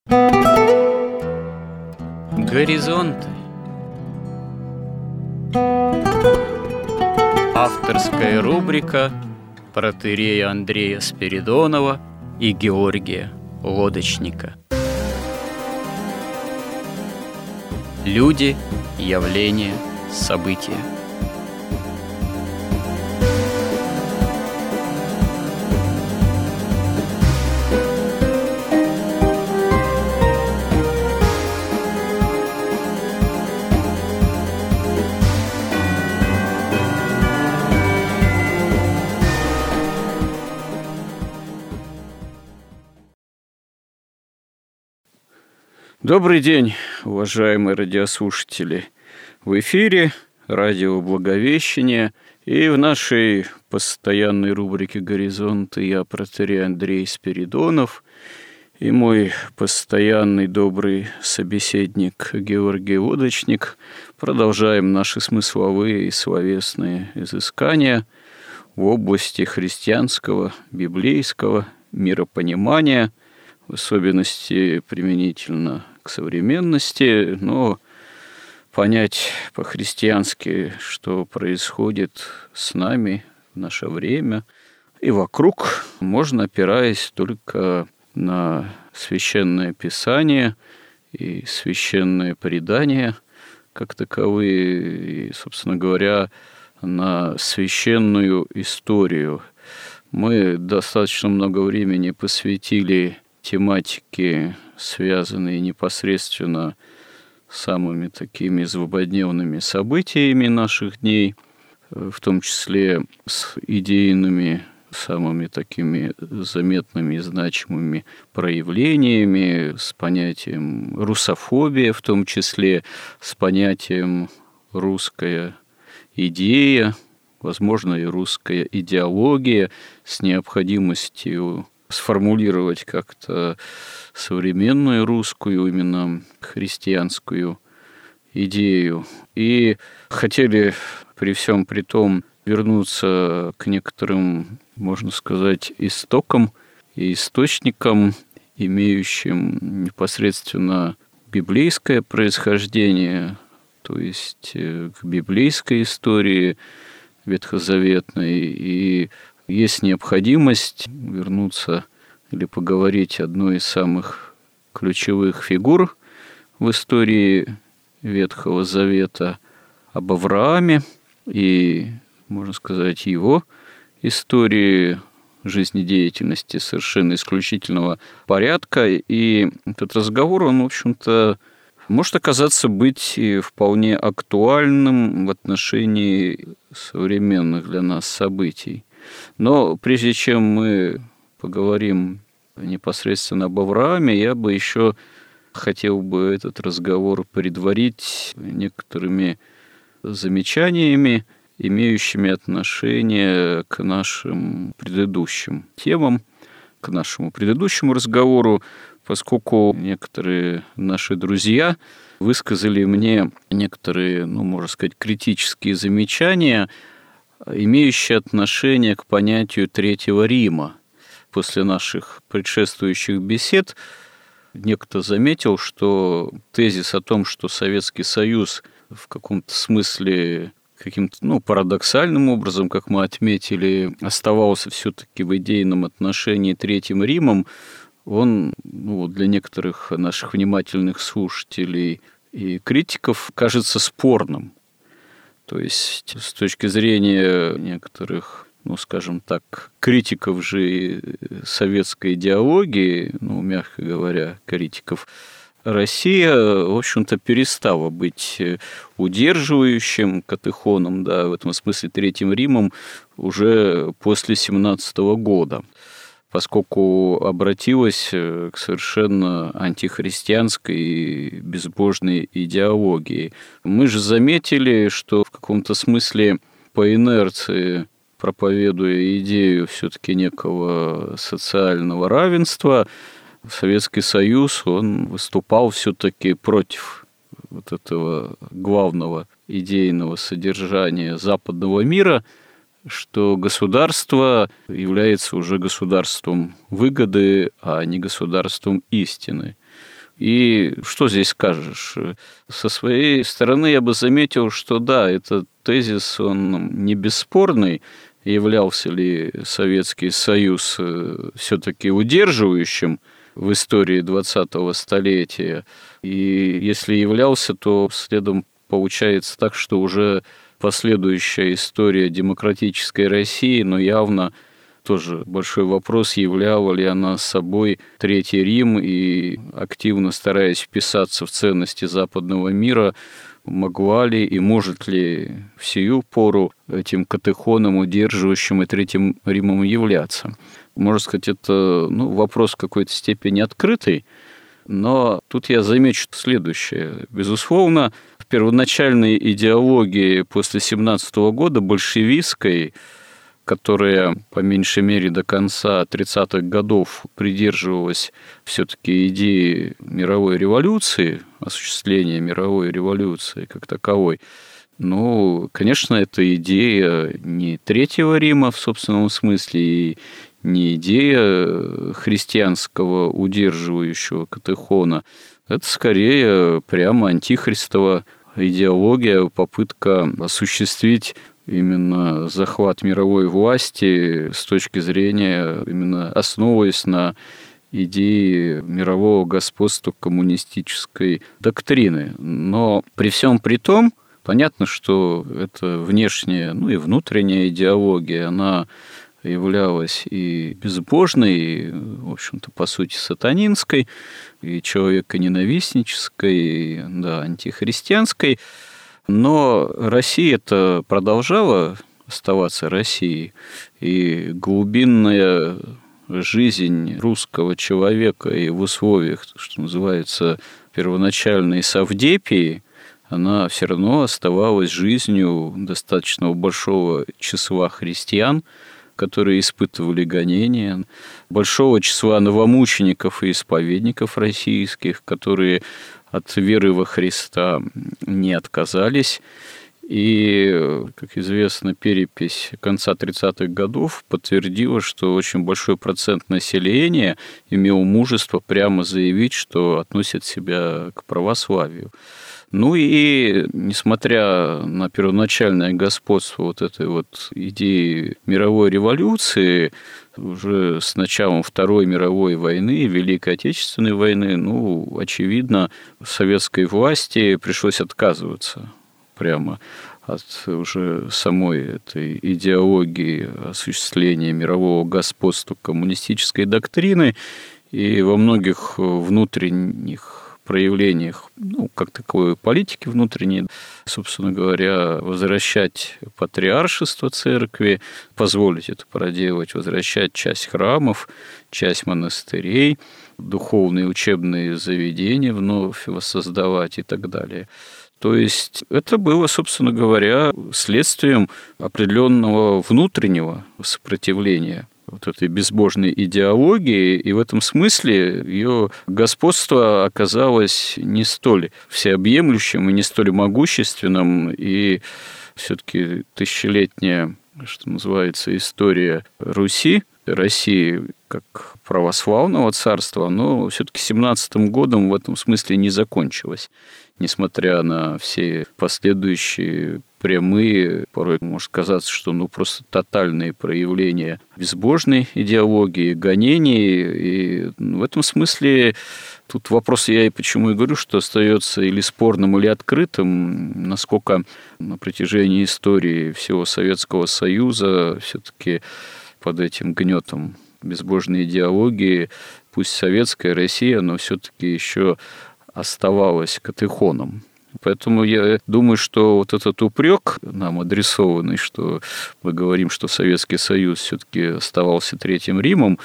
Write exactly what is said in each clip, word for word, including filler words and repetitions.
Горизонты. Авторская рубрика протоиерея Андрея Спиридонова и Георгия Лодочника. Люди, явления, события. Добрый день, уважаемые радиослушатели! В эфире радио Благовещение, и в нашей постоянной рубрике «Горизонты» я, протоиерей Андрей Спиридонов, и мой постоянный добрый собеседник Георгий Лодочник продолжаем наши смысловые и словесные изыскания в области христианского, библейского миропонимания, в особенности применительно к современности, но понять по-христиански, что происходит с нами в наше время и вокруг, можно, опираясь только на Священное Писание и священное предание, как таковые, и, собственно говоря, на священную историю. Мы достаточно много времени посвятили тематики, связанные непосредственно с самыми такими злободневными событиями наших дней, в том числе с идейными, самыми такими заметными и значимыми проявлениями, с понятием русофобия, в том числе с понятием русская идея, возможно, и русская идеология, с необходимостью сформулировать как-то современную русскую, именно христианскую идею. И хотели при всем при том вернуться к некоторым, можно сказать, истокам и источникам, имеющим непосредственно библейское происхождение, то есть к библейской истории ветхозаветной, и есть необходимость вернуться или поговорить о одной из самых ключевых фигур в истории Ветхого Завета, об Аврааме и, можно сказать, его истории жизнедеятельности совершенно исключительного порядка. И этот разговор, он, в общем-то, может оказаться быть вполне актуальным в отношении современных для нас событий. Но прежде чем мы поговорим непосредственно об Аврааме, я бы еще хотел бы этот разговор предварить некоторыми замечаниями, имеющими отношение к нашим предыдущим темам, к нашему предыдущему разговору, поскольку некоторые наши друзья высказали мне некоторые, ну, можно сказать, критические замечания, имеющие отношение к понятию Третьего Рима. После наших предшествующих бесед некто заметил, что тезис о том, что Советский Союз в каком-то смысле каким-то, ну, парадоксальным образом, как мы отметили, оставался все-таки в идейном отношении Третьим Римом, он, ну, для некоторых наших внимательных слушателей и критиков кажется спорным. То есть, с точки зрения некоторых, ну, скажем так, критиков же советской идеологии, ну, мягко говоря, критиков, Россия, в общем-то, перестала быть удерживающим катехоном, да, в этом смысле Третьим Римом уже после семнадцатого года, поскольку обратилась к совершенно антихристианской и безбожной идеологии. Мы же заметили, что в каком-то смысле по инерции, проповедуя идею все-таки некого социального равенства, Советский Союз, он выступал все-таки против вот этого главного идейного содержания западного мира, что государство является уже государством выгоды, а не государством истины. И что здесь скажешь? Со своей стороны я бы заметил, что да, этот тезис, он не бесспорный. Являлся ли Советский Союз все-таки удерживающим в истории двадцатого столетия? И если являлся, то следом получается так, что уже последующая история демократической России, но явно тоже большой вопрос, являла ли она собой Третий Рим, и активно стараясь вписаться в ценности западного мира, могла ли и может ли в сию пору этим катехоном, удерживающим и Третьим Римом являться. Можно сказать, это ну, вопрос в какой-то степени открытый, но тут я замечу следующее. Безусловно, в первоначальной идеологии после семнадцатого года, большевистской, которая, по меньшей мере, до конца тридцатых годов придерживалась все-таки идеи мировой революции, осуществления мировой революции как таковой, ну, конечно, это идея не Третьего Рима в собственном смысле и не идея христианского удерживающего катехона, это скорее прямо антихристова идеология, попытка осуществить именно захват мировой власти с точки зрения, именно основываясь на идеи мирового господства коммунистической доктрины. Но при всем при том, понятно, что это внешняя, ну и внутренняя идеология, она являлась и безбожной, и, в общем-то, по сути, сатанинской, и человеконенавистнической, и, да, антихристианской. Но Россия-то продолжала оставаться Россией, и глубинная жизнь русского человека и в условиях, что называется, первоначальной совдепии, она все равно оставалась жизнью достаточно большого числа христиан, которые испытывали гонения, большого числа новомучеников и исповедников российских, которые от веры во Христа не отказались. И, как известно, перепись конца тридцатых годов подтвердила, что очень большой процент населения имел мужество прямо заявить, что относит себя к православию. Ну и, несмотря на первоначальное господство вот этой вот идеи мировой революции, уже с началом Второй мировой войны, Великой Отечественной войны, ну, очевидно, советской власти пришлось отказываться прямо от уже самой этой идеологии осуществления мирового господства коммунистической доктрины, и во многих внутренних проявлениях, ну, как таковой политики внутренней, собственно говоря, возвращать патриаршество церкви, позволить это проделать, возвращать часть храмов, часть монастырей, духовные учебные заведения вновь воссоздавать и так далее. То есть это было, собственно говоря, следствием определенного внутреннего сопротивления вот этой безбожной идеологии, и в этом смысле ее господство оказалось не столь всеобъемлющим и не столь могущественным, и все-таки тысячелетняя, что называется, история Руси, России как православного царства, но все-таки семнадцатым годом в этом смысле не закончилась, несмотря на все последующие прямые, порой может казаться, что ну просто тотальные проявления безбожной идеологии, гонений. И в этом смысле тут вопрос, я и почему и говорю, что остается или спорным, или открытым, насколько на протяжении истории всего Советского Союза все-таки под этим гнетом безбожной идеологии, пусть советская Россия, но все-таки еще оставалась катехоном. Поэтому я думаю, что вот этот упрек нам адресованный, что мы говорим, что Советский Союз все-таки оставался Третьим Римом,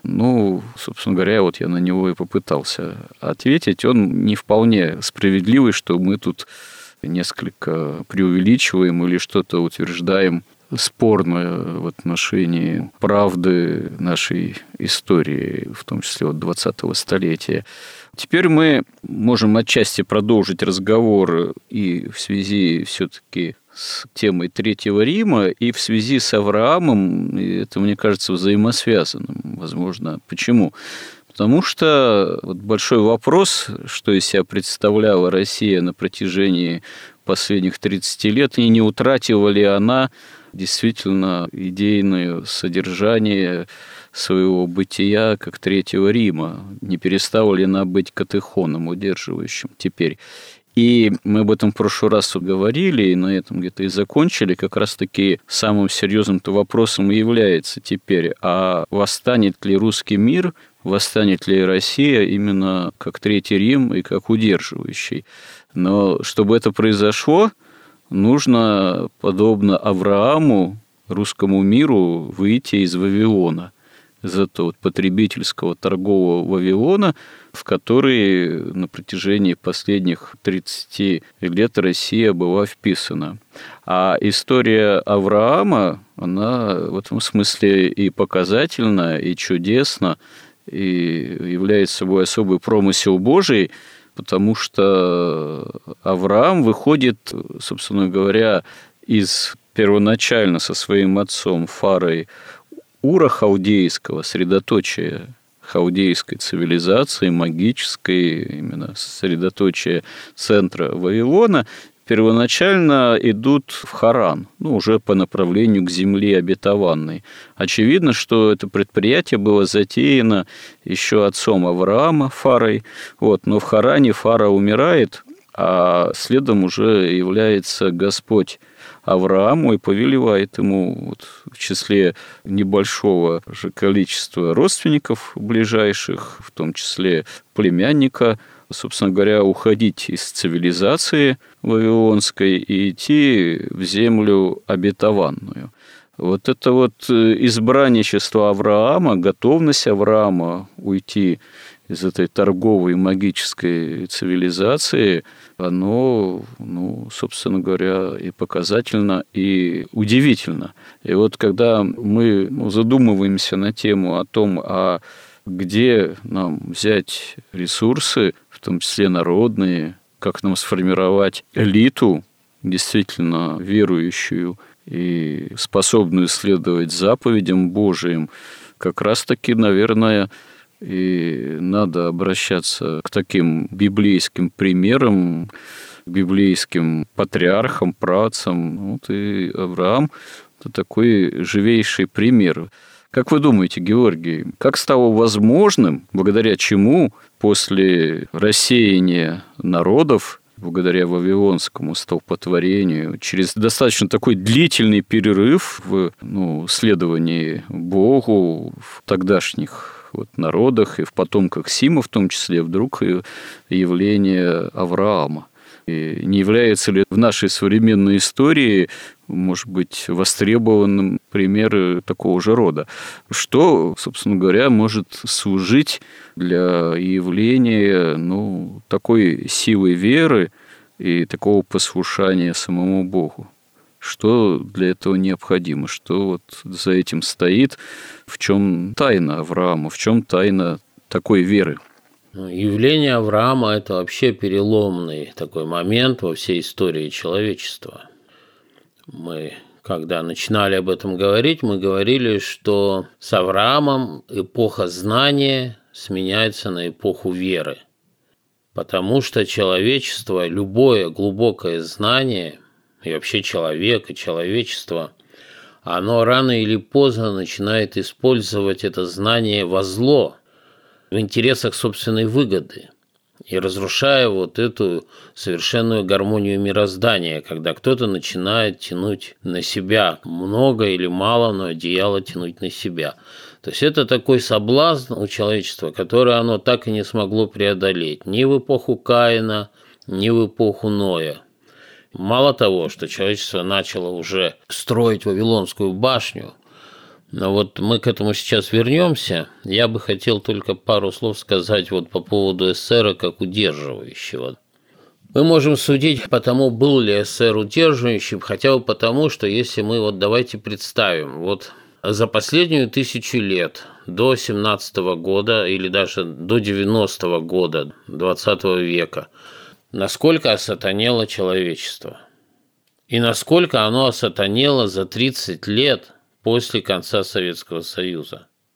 ну, собственно говоря, вот я на него и попытался ответить. Он не вполне справедливый, что мы тут несколько преувеличиваем или что-то утверждаем спорное в отношении правды нашей истории, в том числе от двадцатого столетия. Теперь мы можем отчасти продолжить разговор и в связи все-таки с темой Третьего Рима, и в связи с Авраамом, и это, мне кажется, взаимосвязанным. Возможно, почему? Потому что вот большой вопрос, что из себя представляла Россия на протяжении последних тридцати лет, и не утратила ли она действительно идейное содержание своего бытия как Третьего Рима, не перестала ли она быть катехоном, удерживающим теперь. И мы об этом в прошлый раз говорили, и на этом где-то и закончили. Как раз-таки самым серьезным-то вопросом и является теперь, а восстанет ли русский мир, восстанет ли Россия именно как Третий Рим и как удерживающий. Но чтобы это произошло, нужно, подобно Аврааму, русскому миру выйти из Вавилона, из этого вот потребительского торгового Вавилона, в который на протяжении последних тридцати лет Россия была вписана. А история Авраама, она в этом смысле и показательна, и чудесна, и является собой особый промысел Божий, потому что Авраам выходит, собственно говоря, из первоначально со своим отцом Фарой Ура халдейского, средоточия халдейской цивилизации, магической, именно средоточия центра Вавилона, первоначально идут в Харан, ну, уже по направлению к земле обетованной. Очевидно, что это предприятие было затеяно еще отцом Авраама, Фарой, вот, но в Харане Фара умирает, а следом уже является Господь Аврааму и повелевает ему вот, в числе небольшого же количества родственников ближайших, в том числе племянника, собственно говоря, уходить из цивилизации вавилонской и идти в землю обетованную. Вот это вот избранничество Авраама, готовность Авраама уйти из этой торговой магической цивилизации, оно, ну, собственно говоря, и показательно, и удивительно. И вот когда мы ну, задумываемся на тему о том, а где нам взять ресурсы, в том числе народные, как нам сформировать элиту, действительно верующую и способную следовать заповедям Божиим, как раз-таки, наверное, и надо обращаться к таким библейским примерам, к библейским патриархам, працам. Вот и Авраам – это такой живейший пример. Как вы думаете, Георгий, как стало возможным, благодаря чему после рассеяния народов, благодаря вавилонскому столпотворению, через достаточно такой длительный перерыв в ну, следовании Богу в тогдашних вот, народах и в потомках Сима в том числе, вдруг и явление Авраама? И не является ли в нашей современной истории, может быть, востребованным пример такого же рода? Что, собственно говоря, может служить для явления ну, такой силы веры и такого послушания самому Богу? Что для этого необходимо? Что вот за этим стоит? В чем тайна Авраама? В чем тайна такой веры? Явление Авраама – это вообще переломный такой момент во всей истории человечества. Мы, когда начинали об этом говорить, мы говорили, что с Авраамом эпоха знания сменяется на эпоху веры. Потому что человечество, любое глубокое знание, и вообще человек, и человечество, оно рано или поздно начинает использовать это знание во зло, в интересах собственной выгоды, и разрушая вот эту совершенную гармонию мироздания, когда кто-то начинает тянуть на себя много или мало, но одеяло тянуть на себя. То есть это такой соблазн у человечества, который оно так и не смогло преодолеть ни в эпоху Каина, ни в эпоху Ноя. Мало того, что человечество начало уже строить Вавилонскую башню, но вот мы к этому сейчас вернемся. Я бы хотел только пару слов сказать вот по поводу эсера как удерживающего. Мы можем судить по тому, был ли эсер удерживающим, хотя бы потому, что если мы вот давайте представим, вот за последнюю тысячу лет до семнадцатого года или даже до девяностого года двадцатого века, насколько осатанело человечество и насколько оно осатанело за тридцать лет после конца Советского Союза.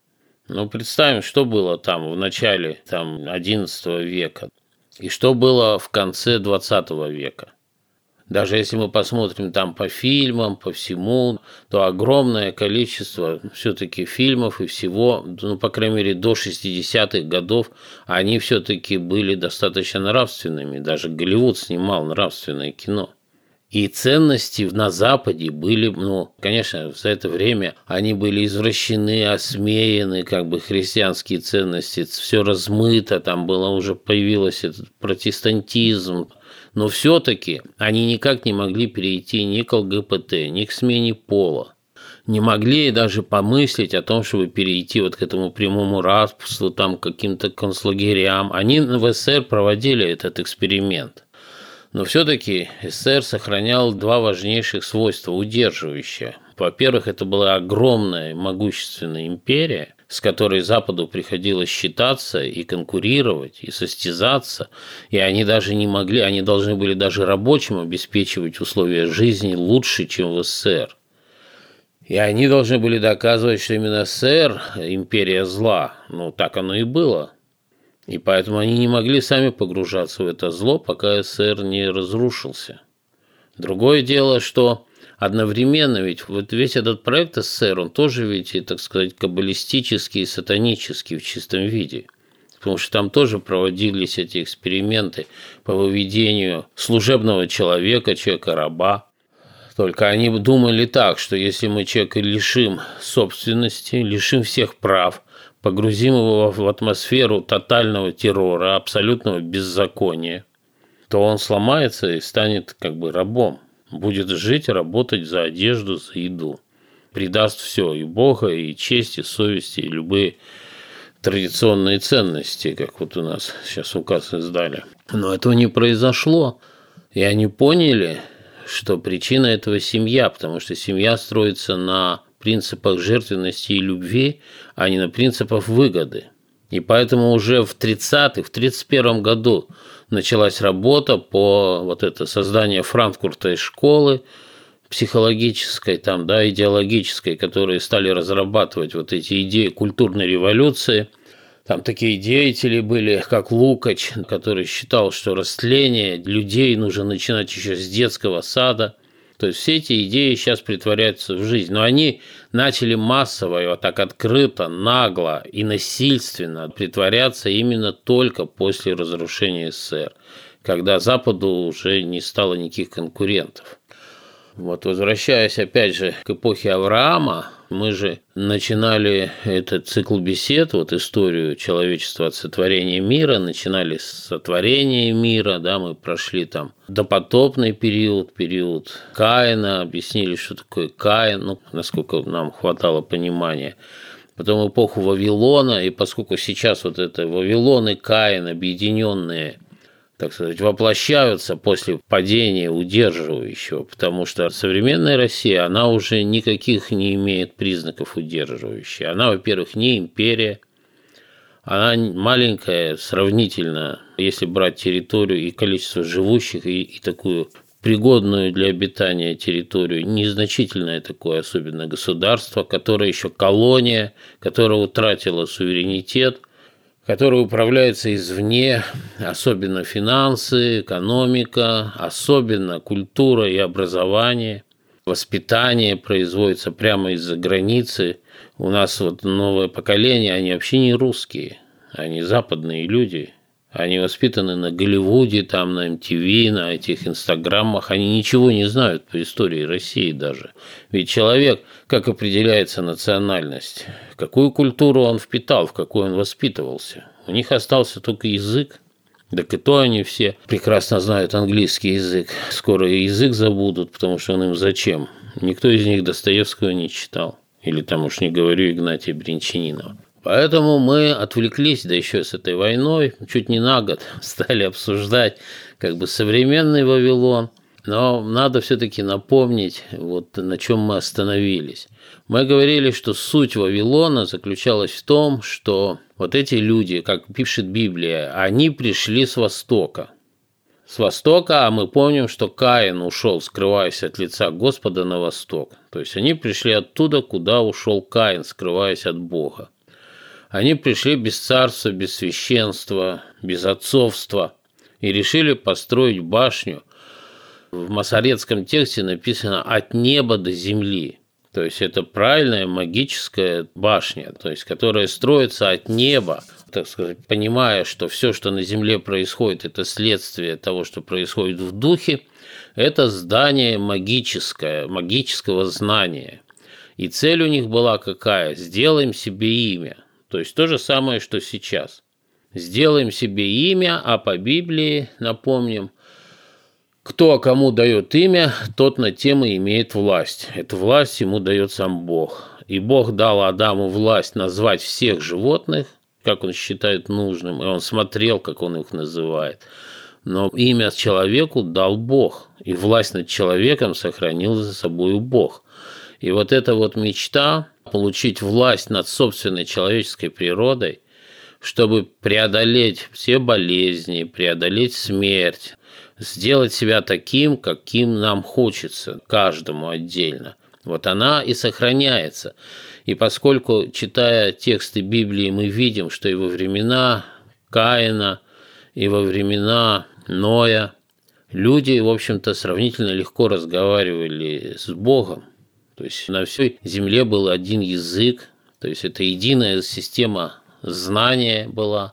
Ну, представим, что было там в начале там, одиннадцатого века и что было в конце двадцатого века. Даже если мы посмотрим там по фильмам, по всему, то огромное количество все-таки фильмов и всего, ну, по крайней мере, до шестидесятых годов, они все-таки были достаточно нравственными. Даже Голливуд снимал нравственное кино. И ценности на Западе были, ну, конечно, за это время они были извращены, осмеяны, как бы христианские ценности, все размыто, там было уже появился этот протестантизм. Но все-таки они никак не могли перейти ни к ЛГБТ, ни к смене пола. Не могли даже помыслить о том, чтобы перейти вот к этому прямому рабству, там, к каким-то концлагерям. Они в СССР проводили этот эксперимент. Но все-таки СССР сохранял два важнейших свойства, удерживающие. Во-первых, это была огромная могущественная империя, с которой Западу приходилось считаться и конкурировать, и состязаться, и они даже не могли, они должны были даже рабочим обеспечивать условия жизни лучше, чем в СССР. И они должны были доказывать, что именно СССР – империя зла. Ну, так оно и было. И поэтому они не могли сами погружаться в это зло, пока СССР не разрушился. Другое дело, что одновременно ведь вот весь этот проект СССР, он тоже ведь, так сказать, каббалистический и сатанический в чистом виде. Потому что там тоже проводились эти эксперименты по выведению служебного человека, человека-раба. Только они думали так, что если мы человека лишим собственности, лишим всех прав, погрузим его в атмосферу тотального террора, абсолютного беззакония, то он сломается и станет как бы рабом. Будет жить, работать за одежду, за еду. Предаст все, и Бога, и честь, и совесть, и любые традиционные ценности, как вот у нас сейчас указ издали. Но этого не произошло. И они поняли, что причина этого семья, потому что семья строится на принципах жертвенности и любви, а не на принципах выгоды. И поэтому уже в тридцатых, в тридцать первом году началась работа по вот это создание франкфуртской школы психологической, там, да, идеологической, которые стали разрабатывать вот эти идеи культурной революции. Там такие деятели были, как Лукач, который считал, что растление людей нужно начинать еще с детского сада. То есть все эти идеи сейчас притворяются в жизнь. Но они начали массово, вот так открыто, нагло и насильственно притворяться именно только после разрушения СССР, когда Западу уже не стало никаких конкурентов. Вот, возвращаясь опять же к эпохе Авраама, мы же начинали этот цикл бесед, вот историю человечества от сотворения мира, начинали с сотворения мира, да, мы прошли там допотопный период, период Каина, объяснили, что такое Каин, ну, насколько нам хватало понимания. Потом эпоху Вавилона, и поскольку сейчас вот это Вавилон и Каин объединенные, так сказать, воплощаются после падения удерживающего, потому что современная Россия, она уже никаких не имеет признаков удерживающей. Она, во-первых, не империя, она маленькая сравнительно, если брать территорию и количество живущих, и, и такую пригодную для обитания территорию, незначительное такое особенно государство, которое еще колония, которое утратило суверенитет, которая управляется извне, особенно финансы, экономика, особенно культура и образование. Воспитание производится прямо из-за границы. У нас вот новое поколение, они вообще не русские, они западные люди. Они воспитаны на Голливуде, там, на эм ти ви, на этих инстаграмах. Они ничего не знают по истории России даже. Ведь человек, как определяется национальность, какую культуру он впитал, в какой он воспитывался. У них остался только язык. Так и то они все прекрасно знают английский язык. Скоро и язык забудут, потому что он им зачем? Никто из них Достоевского не читал. Или там уж не говорю Игнатия Брянчанинова. Поэтому мы отвлеклись, да еще с этой войной, чуть не на год стали обсуждать как бы современный Вавилон. Но надо все-таки напомнить, вот на чем мы остановились. Мы говорили, что суть Вавилона заключалась в том, что вот эти люди, как пишет Библия, они пришли с Востока. С Востока, а мы помним, что Каин ушел, скрываясь от лица Господа, на восток. То есть они пришли оттуда, куда ушел Каин, скрываясь от Бога. Они пришли без царства, без священства, без отцовства и решили построить башню. В масоретском тексте написано «от неба до земли». То есть это правильная магическая башня, то есть которая строится от неба, так сказать, понимая, что все, что на земле происходит, это следствие того, что происходит в духе. Это здание магическое, магического знания. И цель у них была какая? Сделаем себе имя. То есть то же самое, что сейчас. Сделаем себе имя, а по Библии, напомним, кто кому дает имя, тот над тем и имеет власть. Эту власть ему дает сам Бог. И Бог дал Адаму власть назвать всех животных, как он считает нужным, и он смотрел, как он их называет. Но имя человеку дал Бог, и власть над человеком сохранил за собой Бог. И вот эта вот мечта получить власть над собственной человеческой природой, чтобы преодолеть все болезни, преодолеть смерть, сделать себя таким, каким нам хочется, каждому отдельно. Вот она и сохраняется. И поскольку, читая тексты Библии, мы видим, что и во времена Каина, и во времена Ноя люди, в общем-то, сравнительно легко разговаривали с Богом. То есть на всей земле был один язык, то есть это единая система знания была.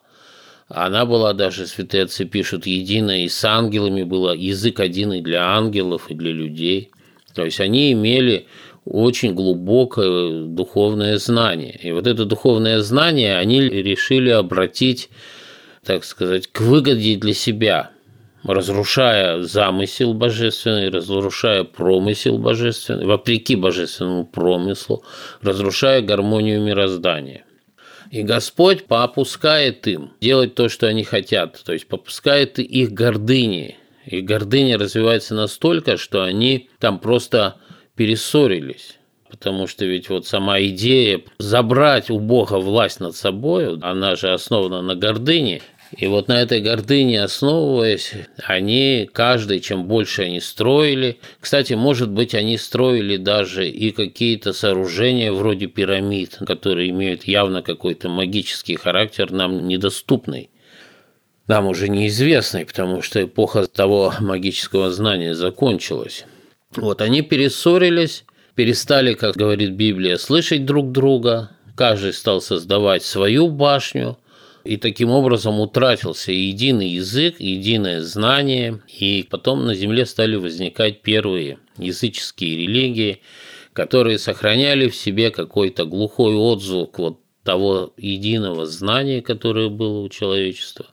Она была, даже святые отцы пишут, единая и с ангелами была, язык один и для ангелов, и для людей. То есть они имели очень глубокое духовное знание. И вот это духовное знание они решили обратить, так сказать, к выгоде для себя, разрушая замысел божественный, разрушая промысел божественный, вопреки божественному промыслу, разрушая гармонию мироздания. И Господь попускает им делать то, что они хотят, то есть попускает их гордыне. И гордыня развивается настолько, что они там просто перессорились. Потому что ведь вот сама идея забрать у Бога власть над собой, она же основана на гордыне. И вот на этой гордыне основываясь, они, каждый, чем больше они строили, кстати, может быть, они строили даже и какие-то сооружения вроде пирамид, которые имеют явно какой-то магический характер, нам недоступный, нам уже неизвестный, потому что эпоха того магического знания закончилась. Вот они перессорились, перестали, как говорит Библия, слышать друг друга, каждый стал создавать свою башню, и таким образом утратился единый язык, единое знание, и потом на земле стали возникать первые языческие религии, которые сохраняли в себе какой-то глухой отзвук вот того единого знания, которое было у человечества.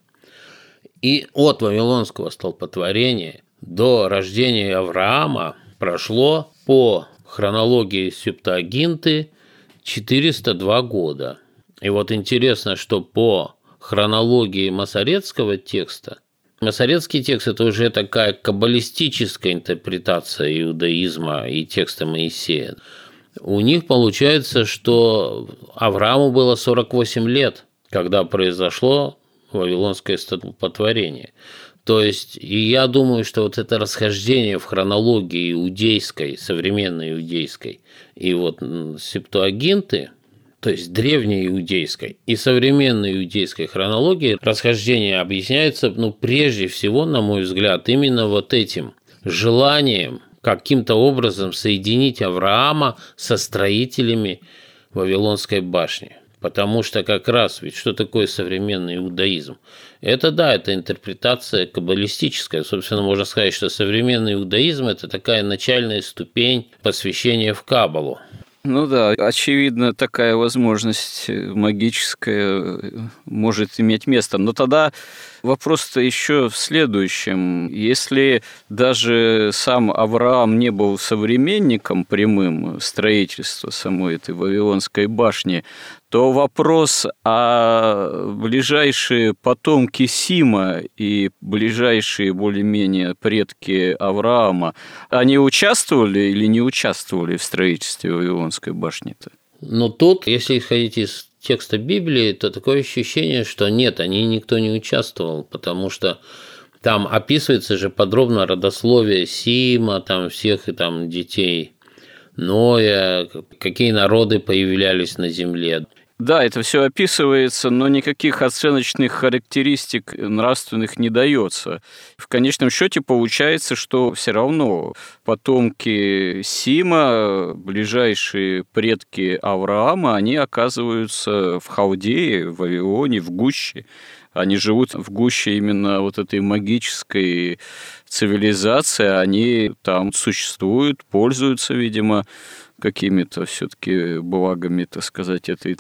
И от Вавилонского столпотворения до рождения Авраама прошло по хронологии Септуагинты четыреста два года. И вот интересно, что по хронологии масоретского текста, масоретский текст – это уже такая каббалистическая интерпретация иудаизма и текста Моисея. У них получается, что Аврааму было сорок восемь лет, когда произошло Вавилонское столпотворение. То есть, и я думаю, что вот это расхождение в хронологии иудейской, современной иудейской, и вот Септуагинты, то есть древней иудейской и современной иудейской хронологии, расхождение объясняется, ну, прежде всего, на мой взгляд, именно вот этим желанием каким-то образом соединить Авраама со строителями Вавилонской башни. Потому что как раз, ведь что такое современный иудаизм? Это, да, это интерпретация каббалистическая. Собственно, можно сказать, что современный иудаизм – это такая начальная ступень посвящения в Каббалу. Ну да, очевидно, такая возможность магическая может иметь место. Но тогда вопрос-то еще в следующем. Если даже сам Авраам не был современником прямым строительства самой этой Вавилонской башни, то вопрос, а ближайшие потомки Сима и ближайшие более-менее предки Авраама, они участвовали или не участвовали в строительстве Вавилонской башни-то? Но тут, если исходить из текста Библии, то такое ощущение, что нет, они никто не участвовал, потому что там описывается же подробно родословие Сима, там всех и там детей Ноя, какие народы появлялись на земле. Да, это все описывается, но никаких оценочных характеристик нравственных не дается. В конечном счете получается, что все равно потомки Сима, ближайшие предки Авраама, они оказываются в Халдее, в Вавилоне, в гуще. Они живут в гуще именно вот этой магической цивилизации, они там существуют, пользуются, видимо, какими-то все-таки благами, так сказать, этой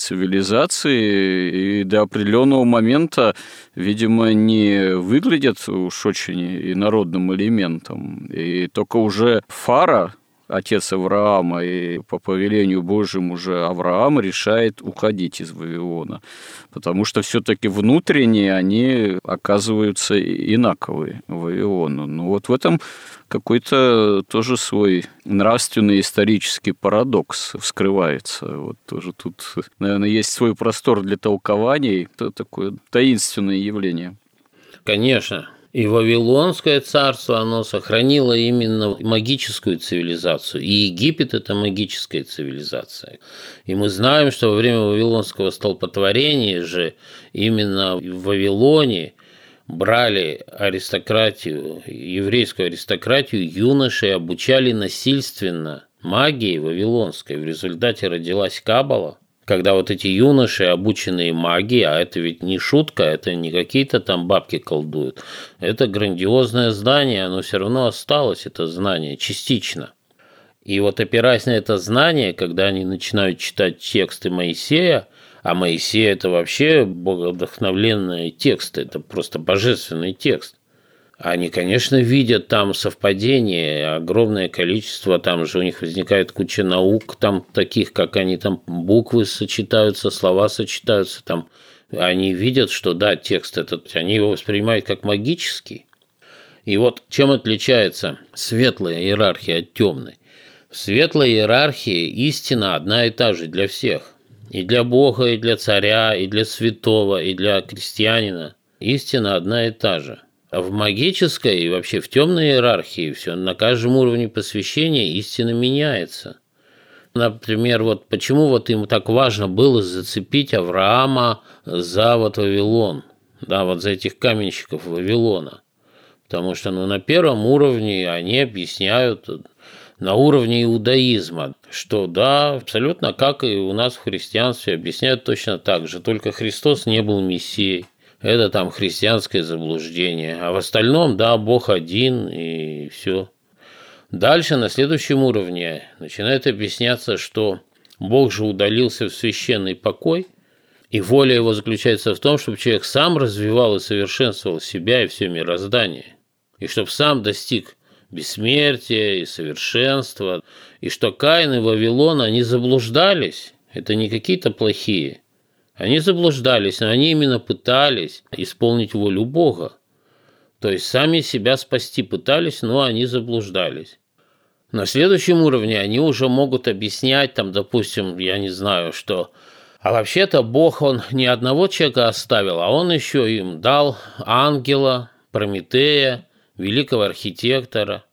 цивилизации, и до определенного момента, видимо, не выглядят уж очень инородным элементом. И только уже Фара, отец Авраама, и по повелению Божьему уже Авраам решает уходить из Вавилона, потому что все-таки внутренне они оказываются инаковые Вавилону. Ну вот в этом какой-то тоже свой нравственный исторический парадокс вскрывается. Вот тоже тут, наверное, есть свой простор для толкований. Это такое таинственное явление. Конечно. И Вавилонское царство, оно сохранило именно магическую цивилизацию. И Египет – это магическая цивилизация. И мы знаем, что во время Вавилонского столпотворения же именно в Вавилоне брали аристократию, еврейскую аристократию, юношей обучали насильственно магии вавилонской. В результате родилась Каббала, когда вот эти юноши, обученные магии, а это ведь не шутка, это не какие-то там бабки колдуют, это грандиозное знание, оно все равно осталось, это знание, частично. И вот опираясь на это знание, когда они начинают читать тексты Моисея, а Моисей – это вообще боговдохновленные тексты, это просто божественный текст. Они, конечно, видят там совпадения, огромное количество, там же у них возникает куча наук, там таких, как они там буквы сочетаются, слова сочетаются, там они видят, что да, текст этот, они его воспринимают как магический. И вот чем отличается светлая иерархия от темной? В светлой иерархии истина одна и та же для всех. И для Бога, и для царя, и для святого, и для крестьянина. Истина одна и та же. А в магической и вообще в темной иерархии все на каждом уровне посвящения истина меняется. Например, вот почему вот им так важно было зацепить Авраама за вот Вавилон, да, вот за этих каменщиков Вавилона. Потому что ну, на первом уровне они объясняют, на уровне иудаизма, что да, абсолютно как и у нас в христианстве объясняют точно так же, только Христос не был Мессией. Это там христианское заблуждение. А в остальном, да, Бог один и все. Дальше на следующем уровне начинает объясняться, что Бог же удалился в священный покой, и воля его заключается в том, чтобы человек сам развивал и совершенствовал себя и все мироздание. И чтобы сам достиг бессмертия и совершенства. И что Каин и Вавилон, они заблуждались. Это не какие-то плохие. Они заблуждались, но они именно пытались исполнить волю Бога. То есть сами себя спасти пытались, но они заблуждались. На следующем уровне они уже могут объяснять, там, допустим, я не знаю, что... А вообще-то Бог, он не одного человека оставил, а он еще им дал ангела, Прометея, великого архитектора,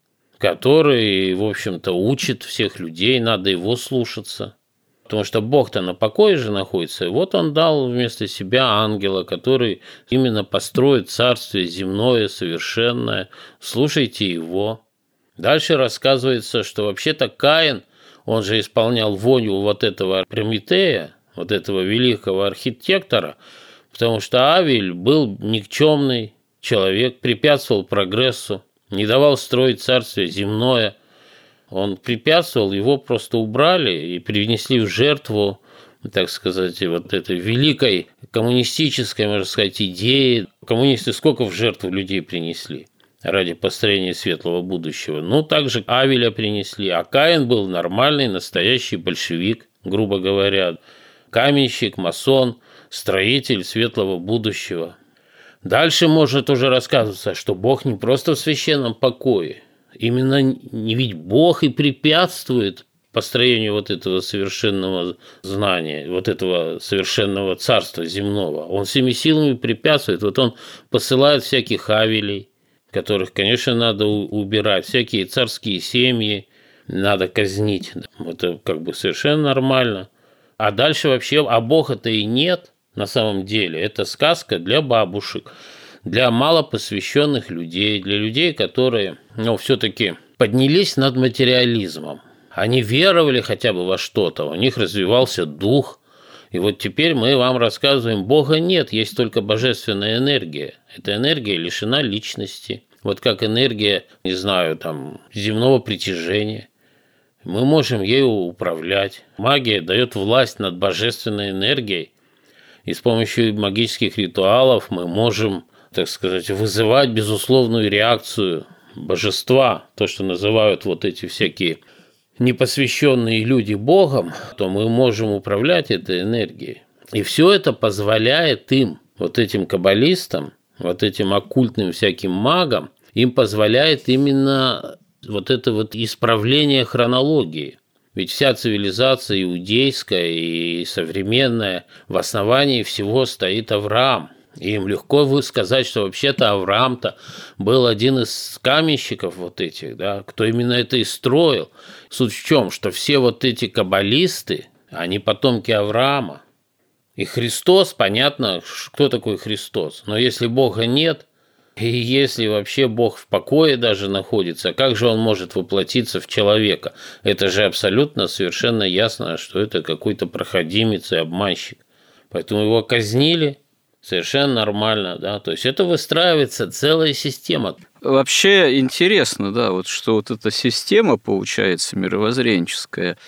который, в общем-то, учит всех людей, надо его слушаться. Потому что Бог-то на покое же находится, и вот он дал вместо себя ангела, который именно построит царствие земное, совершенное. Слушайте его. Дальше рассказывается, что вообще-то Каин, он же исполнял волю вот этого Прометея, вот этого великого архитектора, потому что Авель был никчемный человек, препятствовал прогрессу, не давал строить царствие земное. Он препятствовал, его просто убрали и принесли в жертву, так сказать, вот этой великой коммунистической, можно сказать, идеи. Коммунисты сколько в жертву людей принесли ради построения светлого будущего. Ну, также Авеля принесли, а Каин был нормальный, настоящий большевик, грубо говоря, каменщик, масон, строитель светлого будущего. Дальше может уже рассказываться, что Бог не просто в священном покое, именно не ведь Бог и препятствует построению вот этого совершенного знания, вот этого совершенного царства земного. Он всеми силами препятствует. Вот он посылает всяких Авелей, которых, конечно, надо убирать, всякие царские семьи надо казнить. Это как бы совершенно нормально. А дальше вообще, а Бога-то и нет на самом деле. Это сказка для бабушек, для малопосвященных людей, для людей, которые, ну, все-таки поднялись над материализмом. Они веровали хотя бы во что-то, у них развивался дух. И вот теперь мы вам рассказываем, Бога нет, есть только божественная энергия. Эта энергия лишена личности. Вот как энергия, не знаю, там, земного притяжения. Мы можем ею управлять. Магия дает власть над божественной энергией. И с помощью магических ритуалов мы можем, так сказать, вызывать безусловную реакцию божества. То, что называют вот эти всякие непосвященные люди Богом, то мы можем управлять этой энергией. И все это позволяет им, вот этим каббалистам, вот этим оккультным всяким магам, им позволяет именно вот это вот исправление хронологии. Ведь вся цивилизация иудейская и современная, в основании всего стоит Авраам. И им легко сказать, что вообще-то Авраам-то был один из каменщиков вот этих, да, кто именно это и строил. Суть в чем, что все вот эти каббалисты, они потомки Авраама. И Христос, понятно, кто такой Христос. Но если Бога нет, и если вообще Бог в покое даже находится, как же он может воплотиться в человека? Это же абсолютно совершенно ясно, что это какой-то проходимец и обманщик. Поэтому его казнили. Совершенно нормально, да, то есть это выстраивается целая система. Вообще интересно, да, вот что вот эта система, получается, мировоззренческая,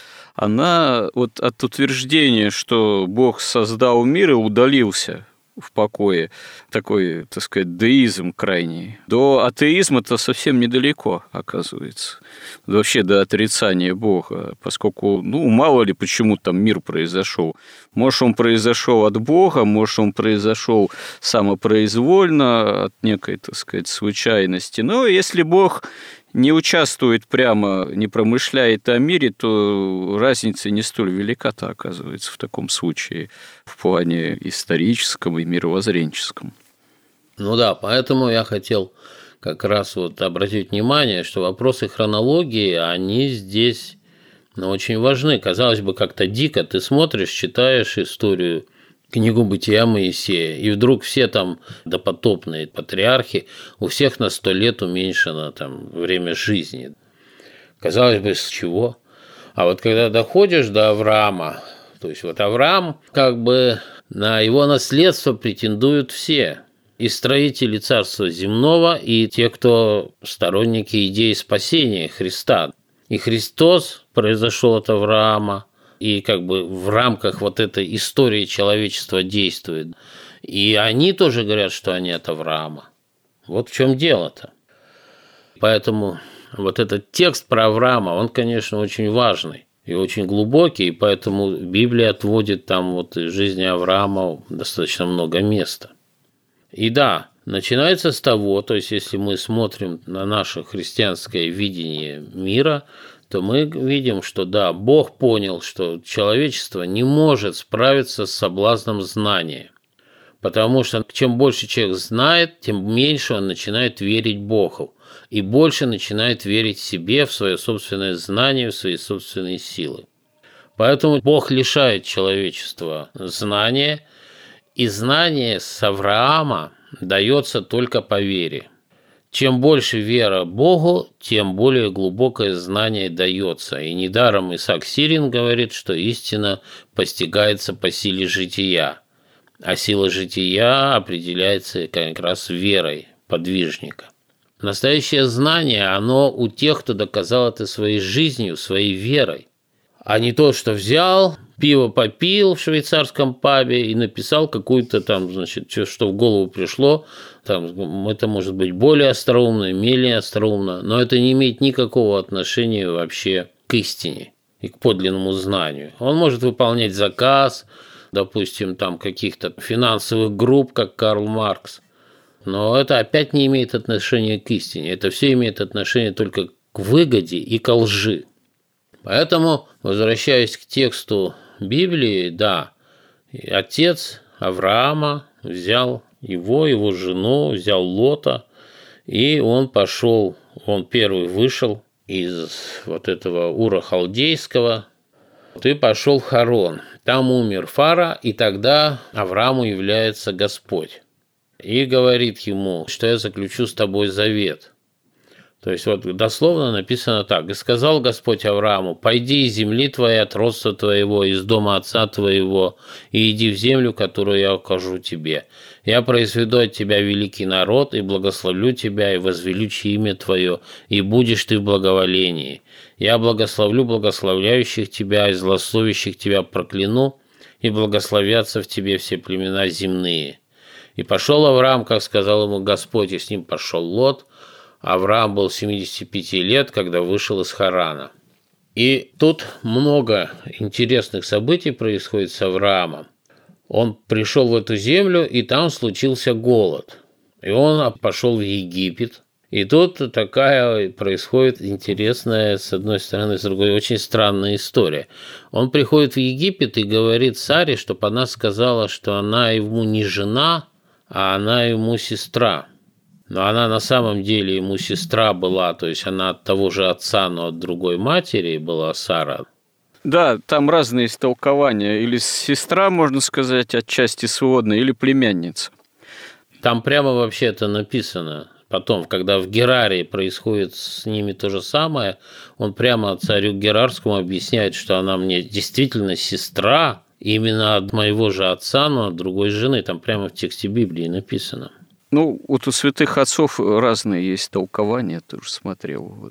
она вот от утверждения, что Бог создал мир и удалился в покое, такой, так сказать, деизм крайний, до атеизма-то совсем недалеко, оказывается. Вообще до отрицания Бога, поскольку, ну, мало ли почему там мир произошел. Может, он произошел от Бога, может, он произошел самопроизвольно, от некой, так сказать, случайности. Но если Бог не участвует прямо, не промышляет о мире, то разница не столь велика-то оказывается в таком случае в плане историческом и мировоззренческом. Ну да, поэтому я хотел как раз вот обратить внимание, что вопросы хронологии, они здесь, ну, очень важны. Казалось бы, как-то дико ты смотришь, читаешь историю, книгу «Бытия» Моисея, и вдруг все там допотопные патриархи, у всех на сто лет уменьшено там время жизни. Казалось бы, с чего? А вот когда доходишь до Авраама, то есть вот Авраам, как бы на его наследство претендуют все. И строители царства земного, и те, кто сторонники идеи спасения Христа. И Христос произошел от Авраама, и как бы в рамках вот этой истории человечества действует. И они тоже говорят, что они от Авраама. Вот в чем дело-то. Поэтому вот этот текст про Авраама, он, конечно, очень важный и очень глубокий, и поэтому Библия отводит там вот из жизни Авраама достаточно много места. И да, начинается с того, то есть если мы смотрим на наше христианское видение мира, то мы видим, что да, Бог понял, что человечество не может справиться с соблазном знания. Потому что чем больше человек знает, тем меньше он начинает верить Богу. И больше начинает верить себе, в свое собственное знание, в свои собственные силы. Поэтому Бог лишает человечества знания, и знание с Авраама дается только по вере. Чем больше вера Богу, тем более глубокое знание дается. И недаром Исаак Сирин говорит, что истина постигается по силе жития. А сила жития определяется как раз верой подвижника. Настоящее знание, оно у тех, кто доказал это своей жизнью, своей верой. А не то, что взял, пиво попил в швейцарском пабе и написал какую-то там, значит, что в голову пришло. Там, это может быть более остроумно, менее остроумно, но это не имеет никакого отношения вообще к истине и к подлинному знанию. Он может выполнять заказ, допустим, там каких-то финансовых групп, как Карл Маркс, но это опять не имеет отношения к истине. Это все имеет отношение только к выгоде и к лжи. Поэтому, возвращаясь к тексту Библии, да, отец Авраама взял его, его жену, взял Лота, и он пошел, он первый вышел из вот этого Ура Халдейского, ты пошел в Харон, там умер Фара, и тогда Аврааму является Господь и говорит ему, что я заключу с тобой завет. То есть вот дословно написано так: «И сказал Господь Аврааму: пойди из земли твоей, от родства твоего, из дома отца твоего, и иди в землю, которую я укажу тебе. Я произведу от тебя великий народ, и благословлю тебя, и возвеличу имя твое, и будешь ты в благоволении. Я благословлю благословляющих тебя, и злословящих тебя прокляну, и благословятся в тебе все племена земные». И пошел Авраам, как сказал ему Господь, и с ним пошел Лот. Авраам был семидесяти пяти лет, когда вышел из Харана. И тут много интересных событий происходит с Авраамом. Он пришел в эту землю, и там случился голод. И он пошел в Египет. И тут такая происходит интересная, с одной стороны, с другой, очень странная история. Он приходит в Египет и говорит Саре, чтобы она сказала, что она ему не жена, а она ему сестра. Но она на самом деле ему сестра была, то есть она от того же отца, но от другой матери была Сара. Да, там разные истолкования. Или сестра, можно сказать, отчасти сводная, или племянница. Там прямо вообще это написано. Потом, когда в Герарии происходит с ними то же самое, он прямо царю Герарскому объясняет, что она мне действительно сестра, именно от моего же отца, но от другой жены. Там прямо в тексте Библии написано. Ну, вот у святых отцов разные есть толкования, тоже смотрел.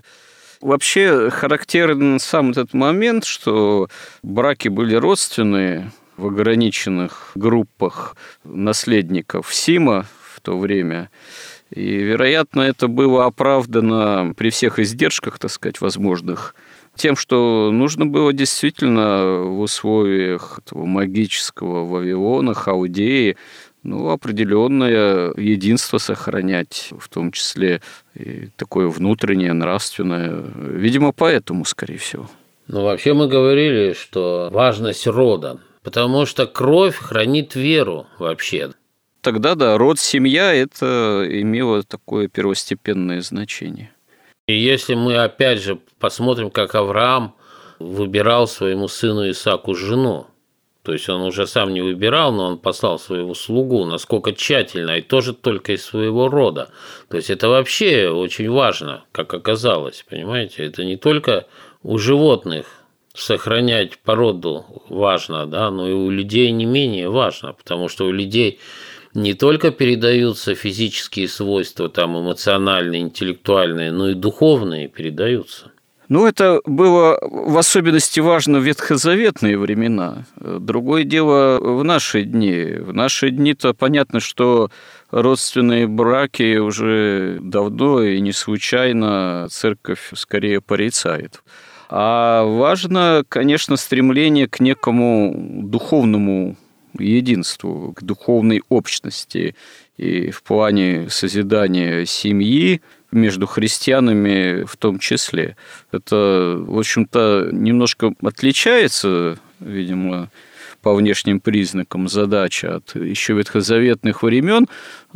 Вообще характерен сам этот момент, что браки были родственные в ограниченных группах наследников Сима в то время. И, вероятно, это было оправдано при всех издержках, так сказать, возможных, тем, что нужно было действительно в условиях этого магического Вавилона, Халдеи, ну, определенное единство сохранять, в том числе и такое внутреннее, нравственное. Видимо, поэтому, скорее всего. Ну, вообще мы говорили, что важность рода, потому что кровь хранит веру вообще. Тогда, да, род, семья – это имело такое первостепенное значение. И если мы, опять же, посмотрим, как Авраам выбирал своему сыну Исааку жену, то есть он уже сам не выбирал, но он послал своего слугу, насколько тщательно, и тоже только из своего рода. То есть это вообще очень важно, как оказалось, понимаете? Это не только у животных сохранять породу важно, да, но и у людей не менее важно, потому что у людей не только передаются физические свойства, там эмоциональные, интеллектуальные, но и духовные передаются. Ну, это было в особенности важно в ветхозаветные времена. Другое дело в наши дни. В наши дни-то понятно, что родственные браки уже давно и не случайно церковь скорее порицает. А важно, конечно, стремление к некому духовному единству, к духовной общности и в плане созидания семьи, между христианами в том числе. Это, в общем-то, немножко отличается, видимо, по внешним признакам задача от еще ветхозаветных времен,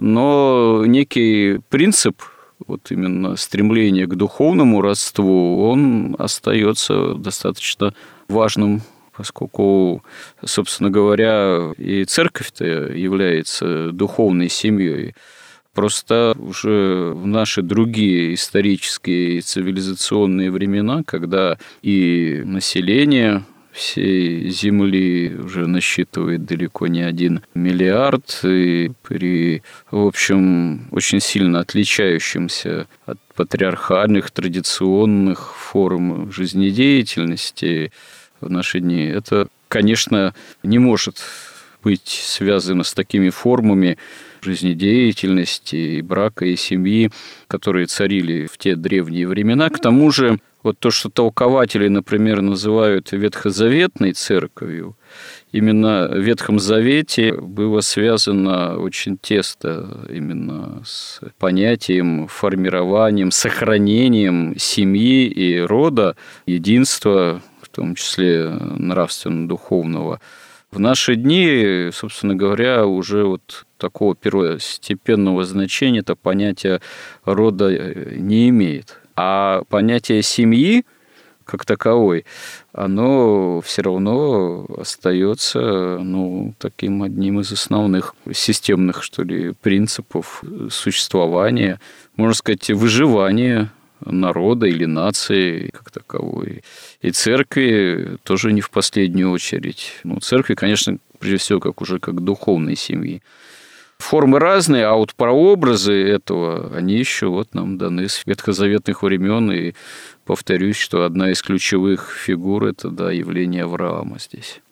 но некий принцип, вот именно стремление к духовному родству, он остается достаточно важным, поскольку, собственно говоря, и церковь-то является духовной семьей. Просто уже в наши другие исторические и цивилизационные времена, когда и население всей Земли уже насчитывает далеко не один миллиард, и при, в общем, очень сильно отличающимся от патриархальных, традиционных форм жизнедеятельности в наши дни, это, конечно, не может быть связано с такими формами жизнедеятельности, и брака, и семьи, которые царили в те древние времена. К тому же, вот то, что толкователи, например, называют ветхозаветной церковью, именно в Ветхом Завете было связано очень тесно именно с понятием, формированием, сохранением семьи и рода, единства, в том числе нравственно-духовного. В наши дни, собственно говоря, уже вот такого первостепенного значения это понятие рода не имеет. А понятие семьи, как таковой, оно все равно остается, ну, таким одним из основных системных, что ли, принципов существования, можно сказать, выживания народа или нации как таковой. И церкви тоже не в последнюю очередь. Ну, церкви, конечно, прежде всего, как уже как духовной семьи. Формы разные, а вот прообразы этого, они еще вот нам даны с ветхозаветных времен. И повторюсь, что одна из ключевых фигур – это, да, явление Авраама здесь.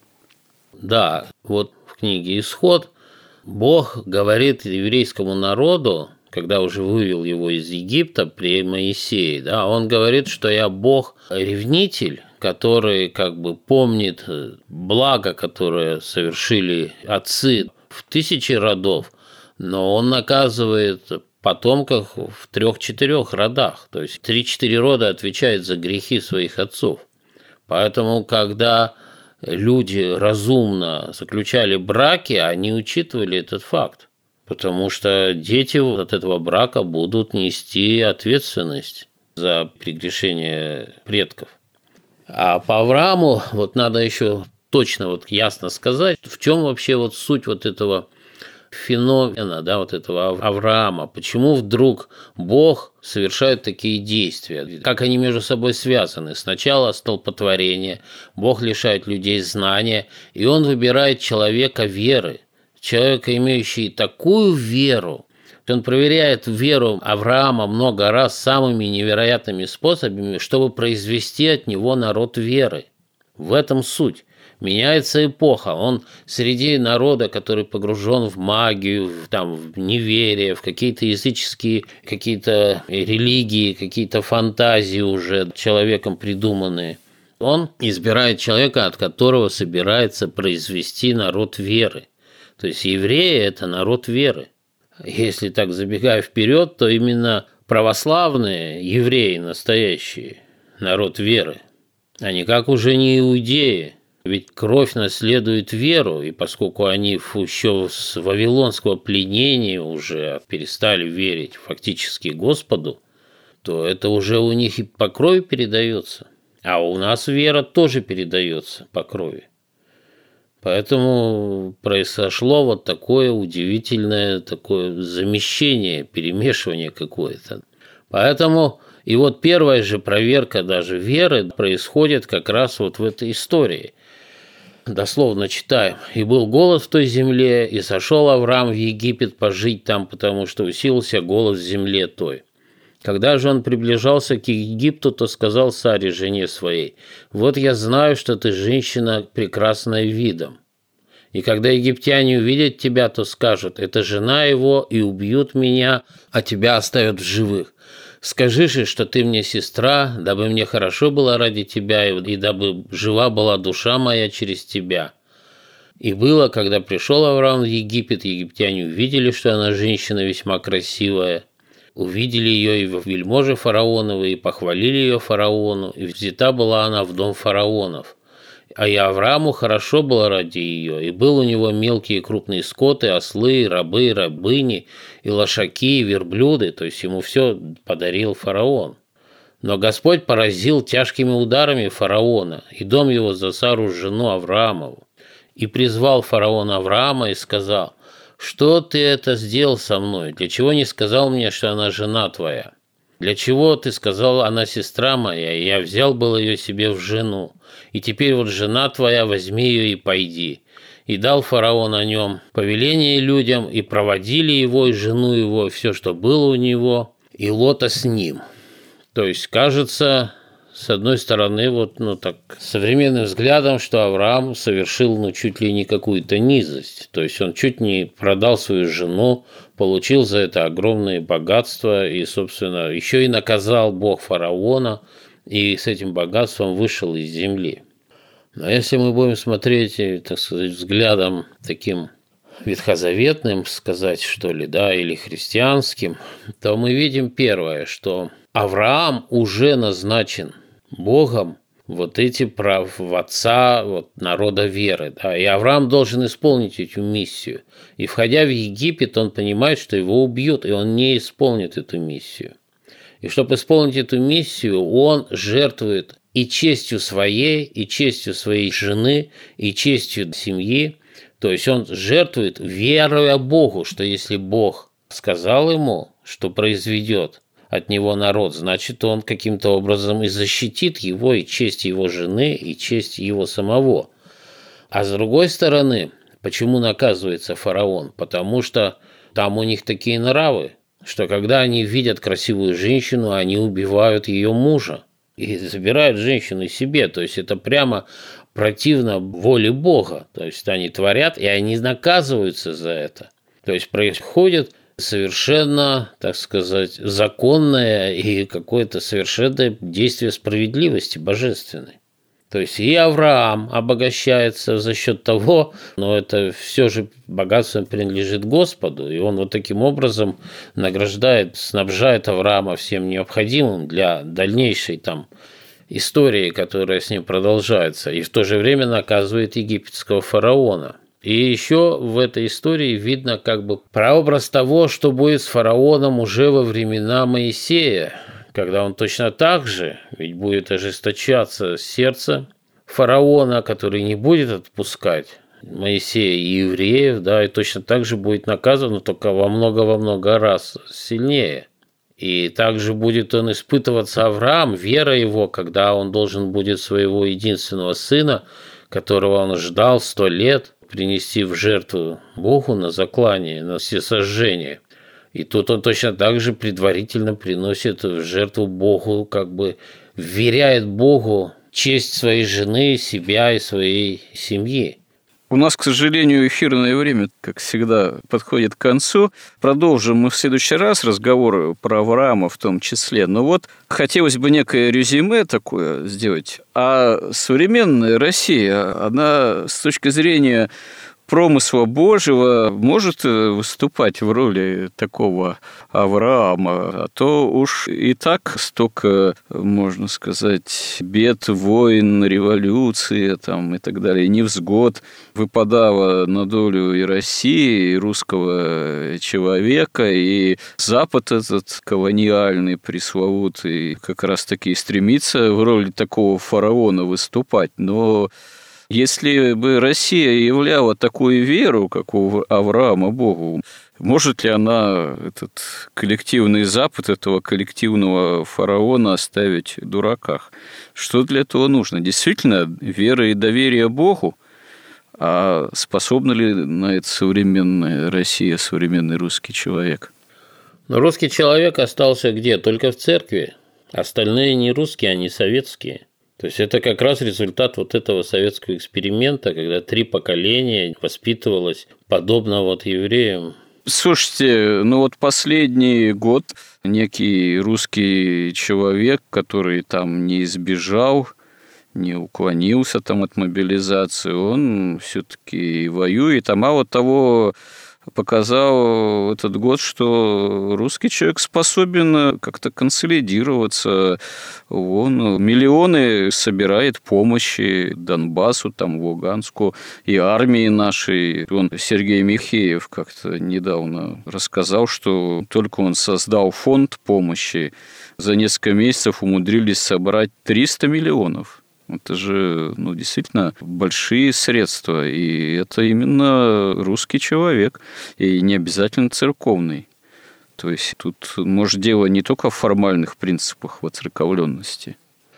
Да, вот в книге «Исход» Бог говорит еврейскому народу, когда уже вывел его из Египта при Моисее, да, он говорит, что я Бог-ревнитель, который как бы помнит благо, которое совершили отцы в тысячи родов, но он наказывает потомков в трех-четырех родах, то есть три-четыре рода отвечают за грехи своих отцов. Поэтому, когда люди разумно заключали браки, они учитывали этот факт. Потому что дети от этого брака будут нести ответственность за прегрешение предков. А по Аврааму вот надо еще точно вот ясно сказать, в чем вообще вот суть вот этого феномена, да, вот этого Авраама. Почему вдруг Бог совершает такие действия? Как они между собой связаны? Сначала столпотворение, Бог лишает людей знания, и Он выбирает человека веры. Человека, имеющий такую веру, он проверяет веру Авраама много раз самыми невероятными способами, чтобы произвести от него народ веры. В этом суть. Меняется эпоха. Он среди народа, который погружен в магию, в, там, в неверие, в какие-то языческие, какие-то религии, какие-то фантазии уже человеком придуманные, он избирает человека, от которого собирается произвести народ веры. То есть евреи – это народ веры. Если так забегая вперед, то именно православные евреи настоящие – народ веры, а никак уже не иудеи. Ведь кровь наследует веру, и поскольку они еще с вавилонского пленения уже перестали верить фактически Господу, то это уже у них и по крови передается. А у нас вера тоже передается по крови. Поэтому произошло вот такое удивительное такое замещение, перемешивание какое-то. Поэтому и вот первая же проверка даже веры происходит как раз вот в этой истории. Дословно читаем. «И был голод в той земле, и сошел Авраам в Египет пожить там, потому что усилился голод в земле той. Когда же он приближался к Египту, то сказал Саре, жене своей: вот я знаю, что ты женщина прекрасная видом. И когда египтяне увидят тебя, то скажут: это жена его, и убьют меня, а тебя оставят в живых. Скажи же, что ты мне сестра, дабы мне хорошо было ради тебя, и дабы жива была душа моя через тебя». И было, когда пришел Авраам в Египет, египтяне увидели, что она женщина весьма красивая, увидели ее и вельможи фараоновы, и похвалили ее фараону, и взята была она в дом фараонов. А и Аврааму хорошо было ради ее, и был у него мелкие и крупные скоты, ослы, рабы, рабыни, и лошаки, и верблюды, то есть ему все подарил фараон. Но Господь поразил тяжкими ударами фараона, и дом его за Сару, жену Авраамову. И призвал фараон Авраама и сказал: что ты это сделал со мной? Для чего не сказал мне, что она жена твоя? Для чего ты сказал, она сестра моя, и я взял было ее себе в жену? И теперь вот жена твоя, возьми ее и пойди. И дал фараон о нем повеление людям, и проводили его, и жену его, и все, что было у него, и Лота с ним. То есть, кажется, с одной стороны, вот, ну так, современным взглядом, что Авраам совершил, ну, чуть ли не какую-то низость. То есть, он чуть не продал свою жену, получил за это огромные богатства и, собственно, еще и наказал Бог фараона, и с этим богатством вышел из земли. Но если мы будем смотреть, так сказать, взглядом таким ветхозаветным, сказать, что ли, да, или христианским, то мы видим первое, что Авраам уже назначен Богом вот эти прав в отца вот, народа веры. Да, и Авраам должен исполнить эту миссию. И входя в Египет, он понимает, что его убьют, и он не исполнит эту миссию. И чтобы исполнить эту миссию, он жертвует и честью своей, и честью своей жены, и честью семьи. То есть он жертвует, веруя Богу, что если Бог сказал ему, что произведет от него народ, значит, он каким-то образом и защитит его, и честь его жены, и честь его самого. А с другой стороны, почему наказывается фараон? Потому что там у них такие нравы, что когда они видят красивую женщину, они убивают ее мужа и забирают женщину себе. То есть это прямо противно воле Бога. То есть они творят, и они наказываются за это. То есть происходит совершенно, так сказать, законное и какое-то совершенное действие справедливости божественной. То есть и Авраам обогащается за счет того, но это все же богатство принадлежит Господу, и он вот таким образом награждает, снабжает Авраама всем необходимым для дальнейшей там истории, которая с ним продолжается, и в то же время наказывает египетского фараона. И еще в этой истории видно как бы прообраз того, что будет с фараоном уже во времена Моисея, когда он точно так же, ведь будет ожесточаться сердце фараона, который не будет отпускать Моисея и евреев, да, и точно так же будет наказан, но только во много-во много раз сильнее. И также будет он испытываться Авраам, вера его, когда он должен будет своего единственного сына, которого он ждал сто лет, принести в жертву Богу на заклание, на всесожжение. И тут он точно так же предварительно приносит в жертву Богу, как бы вверяет Богу честь своей жены, себя и своей семьи. У нас, к сожалению, эфирное время, как всегда, подходит к концу. Продолжим мы в следующий раз разговор про Авраама в том числе. Но вот хотелось бы некое резюме такое сделать. А современная Россия, она с точки зрения промысла Божьего может выступать в роли такого Авраама, а то уж и так столько, можно сказать, бед, войн, революции там, и так далее, невзгод выпадало на долю и России, и русского человека, и Запад этот колониальный, пресловутый, как раз-таки стремится в роли такого фараона выступать, но если бы Россия являла такую веру, как у Авраама, Богу, может ли она этот коллективный Запад, этого коллективного фараона оставить в дураках? Что для этого нужно? Действительно, вера и доверие Богу? А способна ли на это современная Россия, современный русский человек? Но русский человек остался где? Только в церкви. Остальные не русские, они советские. То есть это как раз результат вот этого советского эксперимента, когда три поколения воспитывалось подобно вот евреям. Слушайте, ну вот последний год некий русский человек, который там не избежал, не уклонился там от мобилизации, он все-таки воюет, а мало того, показал этот год, что русский человек способен как-то консолидироваться. Он миллионы собирает помощи Донбассу, там, Луганску и армии нашей. Он, Сергей Михеев, как-то недавно рассказал, что только он создал фонд помощи, за несколько месяцев умудрились собрать триста миллионов. Это же, ну, действительно большие средства, и это именно русский человек, и не обязательно церковный. То есть тут, может, дело не только в формальных принципах воцерковленности.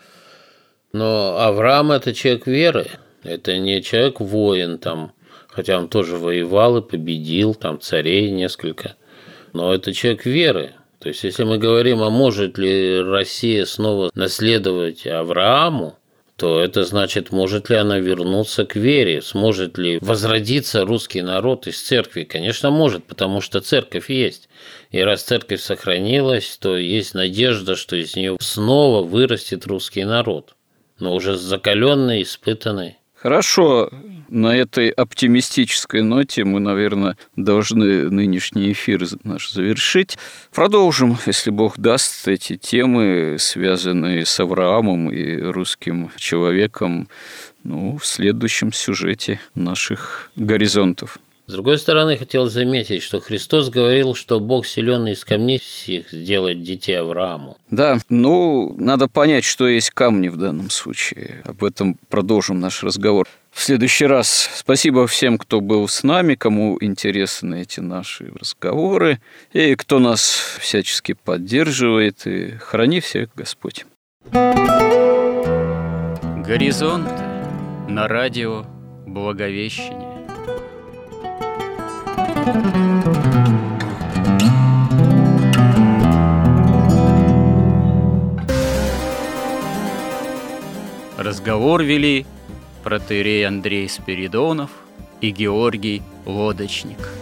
Но Авраам – это человек веры, это не человек-воин, там, хотя он тоже воевал и победил, там царей несколько, но это человек веры. То есть если мы говорим, а может ли Россия снова наследовать Аврааму, то это значит, может ли она вернуться к вере, сможет ли возродиться русский народ из церкви. Конечно, может, потому что церковь есть. И раз церковь сохранилась, то есть надежда, что из нее снова вырастет русский народ, но уже закаленный, испытанный. Хорошо, на этой оптимистической ноте мы, наверное, должны нынешний эфир наш завершить. Продолжим, если Бог даст, эти темы, связанные с Авраамом и русским человеком, ну, в следующем сюжете наших горизонтов. С другой стороны, хотел заметить, что Христос говорил, что Бог силен из камней всех сделать детей Аврааму. Да, ну, надо понять, что есть камни в данном случае. Об этом продолжим наш разговор в следующий раз. Спасибо всем, кто был с нами, кому интересны эти наши разговоры, и кто нас всячески поддерживает. И храни всех Господь. Горизонт на радио Благовещение. Разговор вели протоиерей Андрей Спиридонов и Георгий Лодочник.